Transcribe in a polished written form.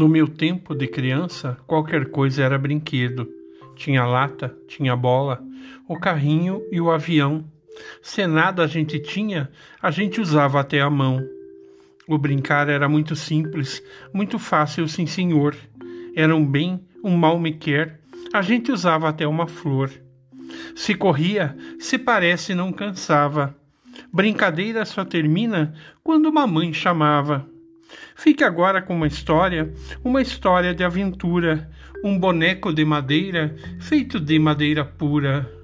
No meu tempo de criança, qualquer coisa era brinquedo. Tinha lata, tinha bola, o carrinho e o avião. Se nada a gente tinha, a gente usava até a mão. O brincar era muito simples, muito fácil, sim senhor. Era um bem, um mal me quer, a gente usava até uma flor. Se corria, se parece não cansava. Brincadeira só termina quando mamãe chamava. Fique agora com uma história de aventura, um boneco de madeira feito de madeira pura.